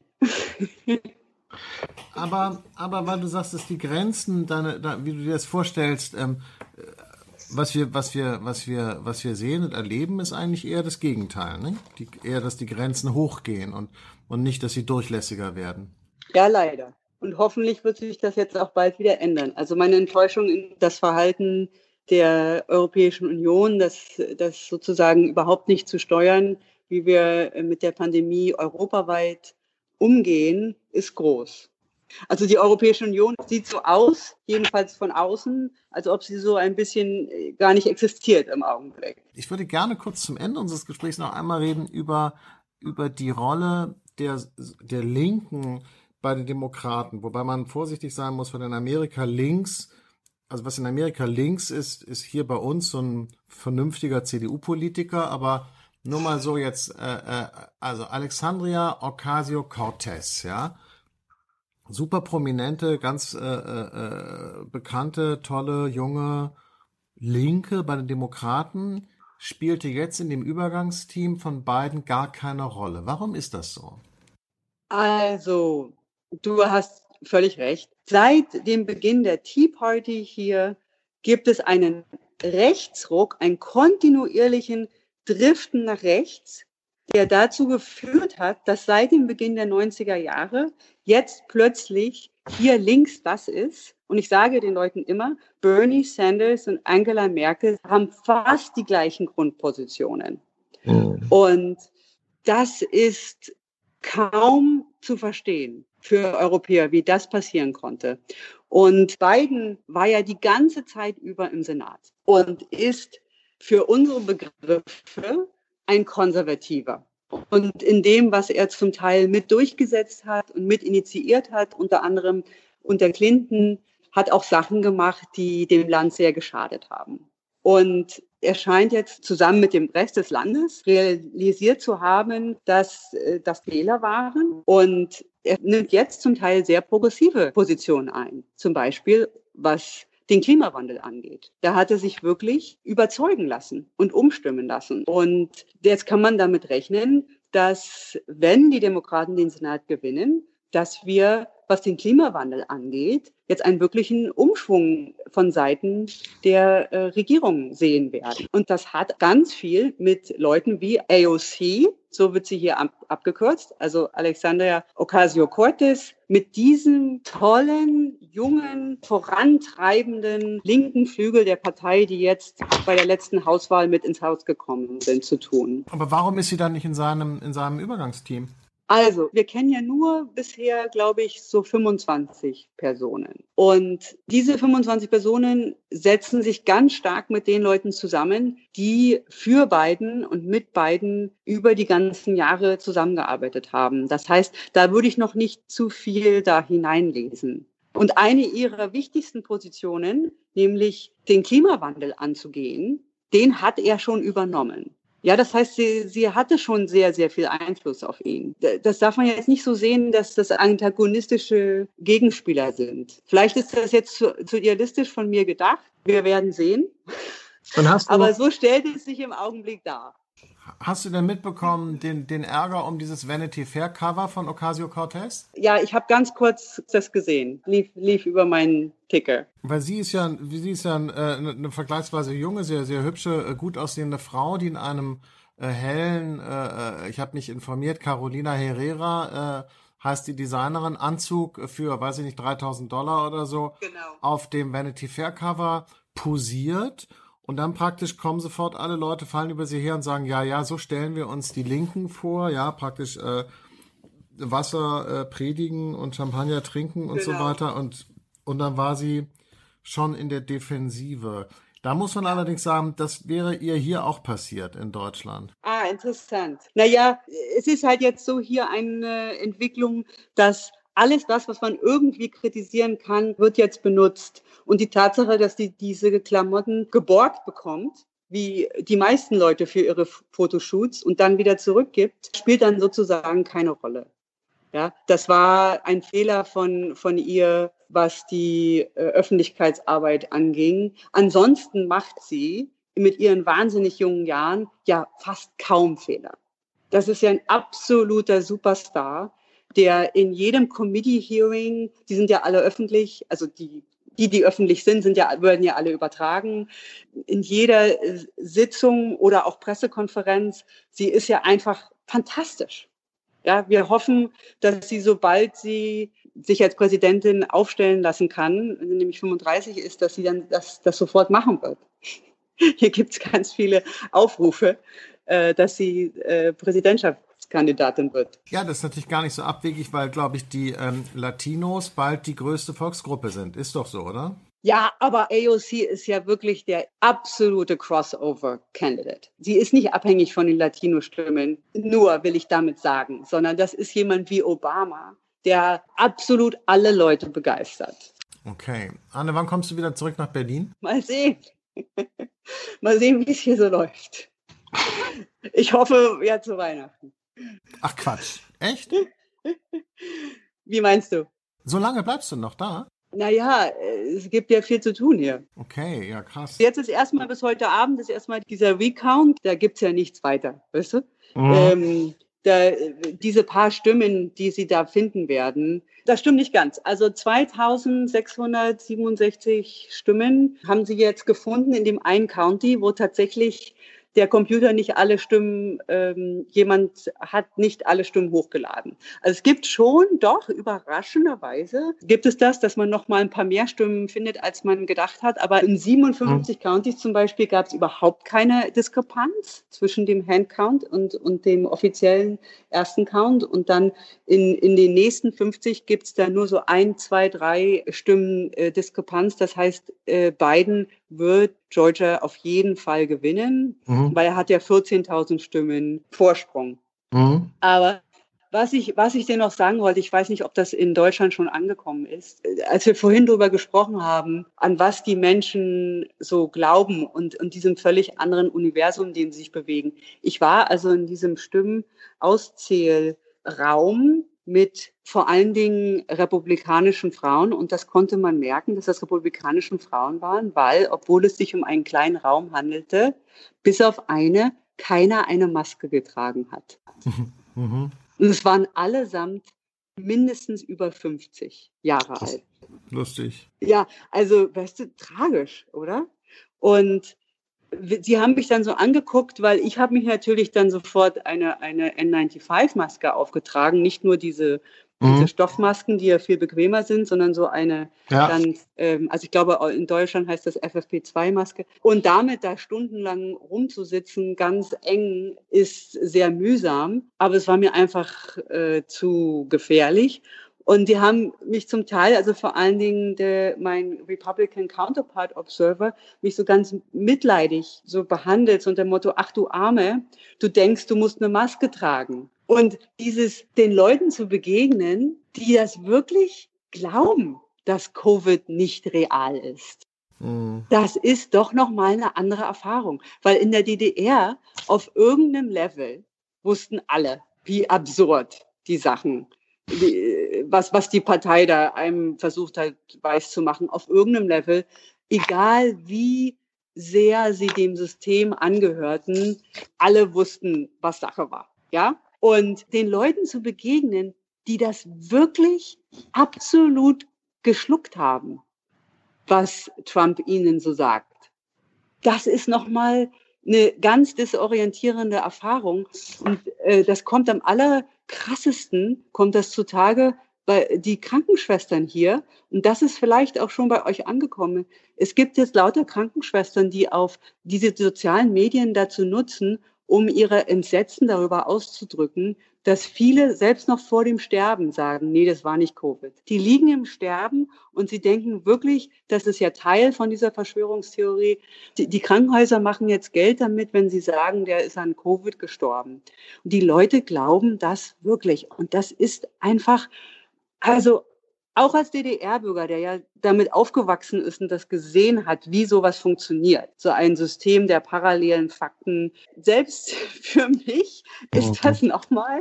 Aber weil du sagst, dass die Grenzen, wie du dir das vorstellst, was wir sehen und erleben, ist eigentlich eher das Gegenteil, ne? Eher, dass die Grenzen hochgehen und nicht, dass sie durchlässiger werden. Ja, leider. Und hoffentlich wird sich das jetzt auch bald wieder ändern. Also meine Enttäuschung in das Verhalten der Europäischen Union, das sozusagen überhaupt nicht zu steuern, wie wir mit der Pandemie europaweit umgehen, ist groß. Also die Europäische Union sieht so aus, jedenfalls von außen, als ob sie so ein bisschen gar nicht existiert im Augenblick. Ich würde gerne kurz zum Ende unseres Gesprächs noch einmal reden über die Rolle der Linken bei den Demokraten, wobei man vorsichtig sein muss, weil in Amerika links, also was in Amerika links ist hier bei uns so ein vernünftiger CDU-Politiker, aber nur mal so jetzt, also Alexandria Ocasio-Cortez, ja, super prominente, ganz bekannte, tolle, junge Linke bei den Demokraten, spielte jetzt in dem Übergangsteam von Biden gar keine Rolle. Warum ist das so? Also, du hast völlig recht. Seit dem Beginn der Tea Party hier gibt es einen Rechtsruck, einen kontinuierlichen Driften nach rechts, der dazu geführt hat, dass seit dem Beginn der 90er Jahre jetzt plötzlich hier links das ist. Und ich sage den Leuten immer, Bernie Sanders und Angela Merkel haben fast die gleichen Grundpositionen. Und das ist kaum zu verstehen für Europäer, wie das passieren konnte. Und Biden war ja die ganze Zeit über im Senat und ist für unsere Begriffe ein Konservativer. Und in dem, was er zum Teil mit durchgesetzt hat und mit initiiert hat, unter anderem unter Clinton, hat auch Sachen gemacht, die dem Land sehr geschadet haben. Und er scheint jetzt zusammen mit dem Rest des Landes realisiert zu haben, dass das Fehler waren. Und er nimmt jetzt zum Teil sehr progressive Positionen ein. Zum Beispiel, was den Klimawandel angeht. Da hat er sich wirklich überzeugen lassen und umstimmen lassen. Und jetzt kann man damit rechnen, dass, wenn die Demokraten den Senat gewinnen, dass wir, was den Klimawandel angeht, jetzt einen wirklichen Umschwung von Seiten der Regierung sehen werden. Und das hat ganz viel mit Leuten wie AOC, so wird sie hier abgekürzt, also Alexandria Ocasio-Cortez, mit diesem tollen, jungen, vorantreibenden linken Flügel der Partei, die jetzt bei der letzten Hauswahl mit ins Haus gekommen sind, zu tun. Aber warum ist sie dann nicht in seinem Übergangsteam? Also, wir kennen ja nur bisher, glaube ich, so 25 Personen. Und diese 25 Personen setzen sich ganz stark mit den Leuten zusammen, die für Biden und mit Biden über die ganzen Jahre zusammengearbeitet haben. Das heißt, da würde ich noch nicht zu viel da hineinlesen. Und eine ihrer wichtigsten Positionen, nämlich den Klimawandel anzugehen, den hat er schon übernommen. Ja, das heißt, sie hatte schon sehr, sehr viel Einfluss auf ihn. Das darf man jetzt nicht so sehen, dass das antagonistische Gegenspieler sind. Vielleicht ist das jetzt zu idealistisch von mir gedacht. Wir werden sehen. Aber so stellt es sich im Augenblick dar. Hast du denn mitbekommen, den Ärger um dieses Vanity Fair Cover von Ocasio-Cortez? Ja, ich habe ganz kurz das gesehen. Lief über meinen Ticker. Weil sie ist ja eine vergleichsweise junge, sehr, sehr hübsche, gut aussehende Frau, die in einem hellen, ich habe mich informiert, Carolina Herrera heißt die Designerin, Anzug für, weiß ich nicht, $3.000 oder so, genau, auf dem Vanity Fair Cover posiert. Und dann praktisch kommen sofort alle Leute, fallen über sie her und sagen, ja, so stellen wir uns die Linken vor, ja, praktisch Wasser predigen und Champagner trinken und so weiter. Und dann war sie schon in der Defensive. Da muss man allerdings sagen, das wäre ihr hier auch passiert in Deutschland. Ah, interessant. Naja, es ist halt jetzt so hier eine Entwicklung, dass alles das, was man irgendwie kritisieren kann, wird jetzt benutzt. Und die Tatsache, dass die diese Klamotten geborgt bekommt, wie die meisten Leute für ihre Fotoshoots und dann wieder zurückgibt, spielt dann sozusagen keine Rolle. Ja, das war ein Fehler von ihr, was die Öffentlichkeitsarbeit anging. Ansonsten macht sie mit ihren wahnsinnig jungen Jahren ja fast kaum Fehler. Das ist ja ein absoluter Superstar, der in jedem Committee-Hearing, die sind ja alle öffentlich, also die die öffentlich sind, werden ja alle übertragen. In jeder Sitzung oder auch Pressekonferenz, sie ist ja einfach fantastisch. Ja, wir hoffen, dass sie, sobald sie sich als Präsidentin aufstellen lassen kann, wenn sie nämlich 35 ist, dass sie dann das sofort machen wird. Hier gibt es ganz viele Aufrufe, dass sie Präsidentschaftskandidatin wird. Ja, das ist natürlich gar nicht so abwegig, weil, glaube ich, die Latinos bald die größte Volksgruppe sind. Ist doch so, oder? Ja, aber AOC ist ja wirklich der absolute Crossover-Candidate. Sie ist nicht abhängig von den Latino-Stimmen, nur will ich damit sagen, sondern das ist jemand wie Obama, der absolut alle Leute begeistert. Okay. Anne, wann kommst du wieder zurück nach Berlin? Mal sehen. Mal sehen, wie es hier so läuft. Ich hoffe, ja, zu Weihnachten. Ach Quatsch. Echt? Wie meinst du? So lange bleibst du noch da? Naja, es gibt ja viel zu tun hier. Okay, ja krass. Jetzt ist erstmal bis heute Abend ist erstmal dieser Recount, da gibt's ja nichts weiter, weißt du? Diese paar Stimmen, die sie da finden werden, das stimmt nicht ganz. Also 2667 Stimmen haben sie jetzt gefunden in dem einen County, wo tatsächlich der Computer nicht alle Stimmen, jemand hat nicht alle Stimmen hochgeladen. Also es gibt schon, doch, überraschenderweise gibt es das, dass man noch mal ein paar mehr Stimmen findet, als man gedacht hat. Aber in 57 Countys zum Beispiel gab es überhaupt keine Diskrepanz zwischen dem Handcount und dem offiziellen ersten Count. Und dann in den nächsten 50 gibt es da nur so 1, 2, 3 Stimmen Diskrepanz. Das heißt, Biden wird Georgia auf jeden Fall gewinnen, weil er hat ja 14.000 Stimmen Vorsprung. Aber was ich dir noch sagen wollte, ich weiß nicht, ob das in Deutschland schon angekommen ist, als wir vorhin darüber gesprochen haben, an was die Menschen so glauben und diesem völlig anderen Universum, in dem sie sich bewegen. Ich war also in diesem Stimmauszählraum mit vor allen Dingen republikanischen Frauen. Und das konnte man merken, dass das republikanischen Frauen waren, weil, obwohl es sich um einen kleinen Raum handelte, bis auf keiner eine Maske getragen hat. Und es waren allesamt mindestens über 50 Jahre alt. Lustig. Ja, also, weißt du, tragisch, oder? Und sie haben mich dann so angeguckt, weil ich habe mich natürlich dann sofort eine N95-Maske aufgetragen, nicht nur diese Stoffmasken, die ja viel bequemer sind, sondern so eine ganz, also ich glaube, in Deutschland heißt das FFP2-Maske. Und damit da stundenlang rumzusitzen, ganz eng, ist sehr mühsam, aber es war mir einfach zu gefährlich. Und die haben mich zum Teil, also vor allen Dingen mein Republican Counterpart Observer, mich so ganz mitleidig so behandelt, so unter dem Motto, ach du Arme, du denkst, du musst eine Maske tragen. Und den Leuten zu begegnen, die das wirklich glauben, dass Covid nicht real ist. Das ist doch nochmal eine andere Erfahrung. Weil in der DDR auf irgendeinem Level wussten alle, wie absurd die Sachen was die Partei da einem versucht hat, weiß zu machen, auf irgendeinem Level, egal wie sehr sie dem System angehörten, alle wussten, was Sache war. Ja? Und den Leuten zu begegnen, die das wirklich absolut geschluckt haben, was Trump ihnen so sagt, das ist nochmal eine ganz desorientierende Erfahrung. Und das kommt am allerkrassesten, kommt das zutage bei die Krankenschwestern hier. Und das ist vielleicht auch schon bei euch angekommen. Es gibt jetzt lauter Krankenschwestern, die auf diese sozialen Medien dazu nutzen, um ihre Entsetzen darüber auszudrücken, dass viele selbst noch vor dem Sterben sagen, nee, das war nicht Covid. Die liegen im Sterben und sie denken wirklich, das ist ja Teil von dieser Verschwörungstheorie. Die Krankenhäuser machen jetzt Geld damit, wenn sie sagen, der ist an Covid gestorben. Und die Leute glauben das wirklich. Und das ist einfach, also auch als DDR-Bürger, der ja damit aufgewachsen ist und das gesehen hat, wie sowas funktioniert, so ein System der parallelen Fakten, selbst für mich ist das nochmal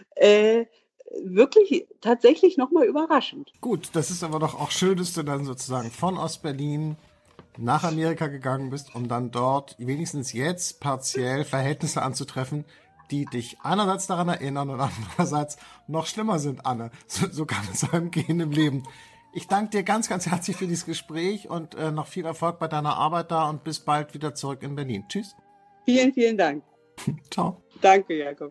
wirklich tatsächlich nochmal überraschend. Gut, das ist aber doch auch schön, dass du dann sozusagen von Ostberlin nach Amerika gegangen bist, um dann dort wenigstens jetzt partiell Verhältnisse anzutreffen, die dich einerseits daran erinnern und andererseits noch schlimmer sind, Anne. So kann es einem gehen im Leben. Ich danke dir ganz, ganz herzlich für dieses Gespräch und noch viel Erfolg bei deiner Arbeit da und bis bald wieder zurück in Berlin. Tschüss. Vielen, vielen Dank. Ciao. Danke, Jakob.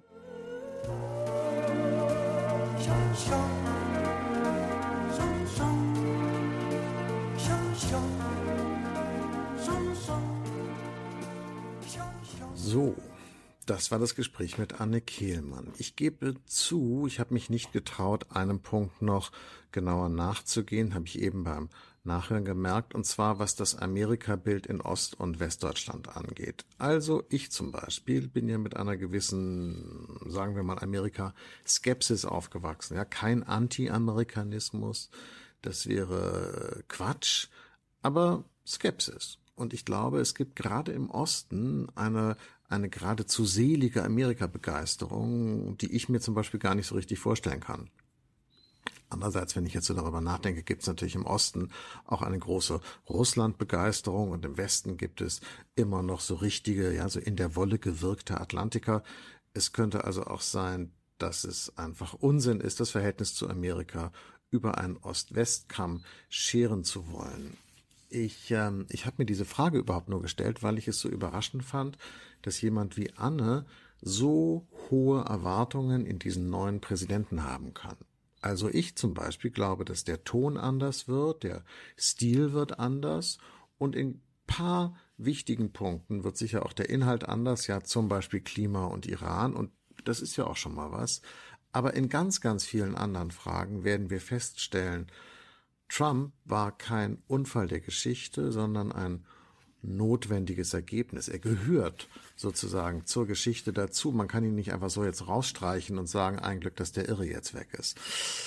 So, das war das Gespräch mit Anne Kehlmann. Ich gebe zu, ich habe mich nicht getraut, einem Punkt noch genauer nachzugehen, habe ich eben beim Nachhören gemerkt, und zwar was das Amerika-Bild in Ost- und Westdeutschland angeht. Also ich zum Beispiel bin ja mit einer gewissen, sagen wir mal, Amerika-Skepsis aufgewachsen. Ja, kein Anti-Amerikanismus, das wäre Quatsch, aber Skepsis. Und ich glaube, es gibt gerade im Osten eine geradezu selige Amerika-Begeisterung, die ich mir zum Beispiel gar nicht so richtig vorstellen kann. Andererseits, wenn ich jetzt so darüber nachdenke, gibt es natürlich im Osten auch eine große Russland-Begeisterung und im Westen gibt es immer noch so richtige, ja, so in der Wolle gewirkte Atlantiker. Es könnte also auch sein, dass es einfach Unsinn ist, das Verhältnis zu Amerika über einen Ost-West-Kamm scheren zu wollen. Ich habe mir diese Frage überhaupt nur gestellt, weil ich es so überraschend fand, dass jemand wie Anne so hohe Erwartungen in diesen neuen Präsidenten haben kann. Also ich zum Beispiel glaube, dass der Ton anders wird, der Stil wird anders und in paar wichtigen Punkten wird sicher auch der Inhalt anders, ja zum Beispiel Klima und Iran, und das ist ja auch schon mal was. Aber in ganz, ganz vielen anderen Fragen werden wir feststellen, Trump war kein Unfall der Geschichte, sondern ein notwendiges Ergebnis. Er gehört sozusagen zur Geschichte dazu. Man kann ihn nicht einfach so jetzt rausstreichen und sagen, ein Glück, dass der Irre jetzt weg ist.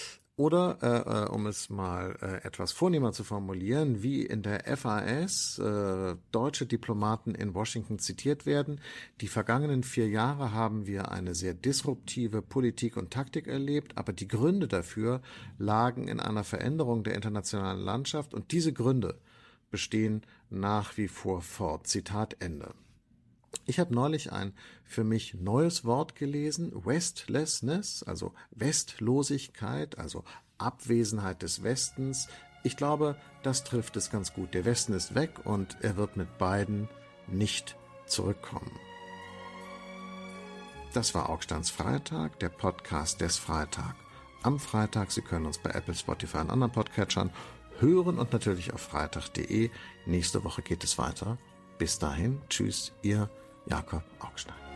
Oder, um es mal etwas vornehmer zu formulieren, wie in der FAS deutsche Diplomaten in Washington zitiert werden: Die vergangenen 4 Jahre haben wir eine sehr disruptive Politik und Taktik erlebt, aber die Gründe dafür lagen in einer Veränderung der internationalen Landschaft und diese Gründe bestehen nach wie vor fort. Zitat Ende. Ich habe neulich ein für mich neues Wort gelesen, Westlessness, also Westlosigkeit, also Abwesenheit des Westens. Ich glaube, das trifft es ganz gut. Der Westen ist weg und er wird mit Biden nicht zurückkommen. Das war Augsteins Freitag, der Podcast des Freitag. Am Freitag, Sie können uns bei Apple, Spotify und anderen Podcatchern hören und natürlich auf freitag.de. Nächste Woche geht es weiter. Bis dahin, tschüss, Ihr Jakob Augstein.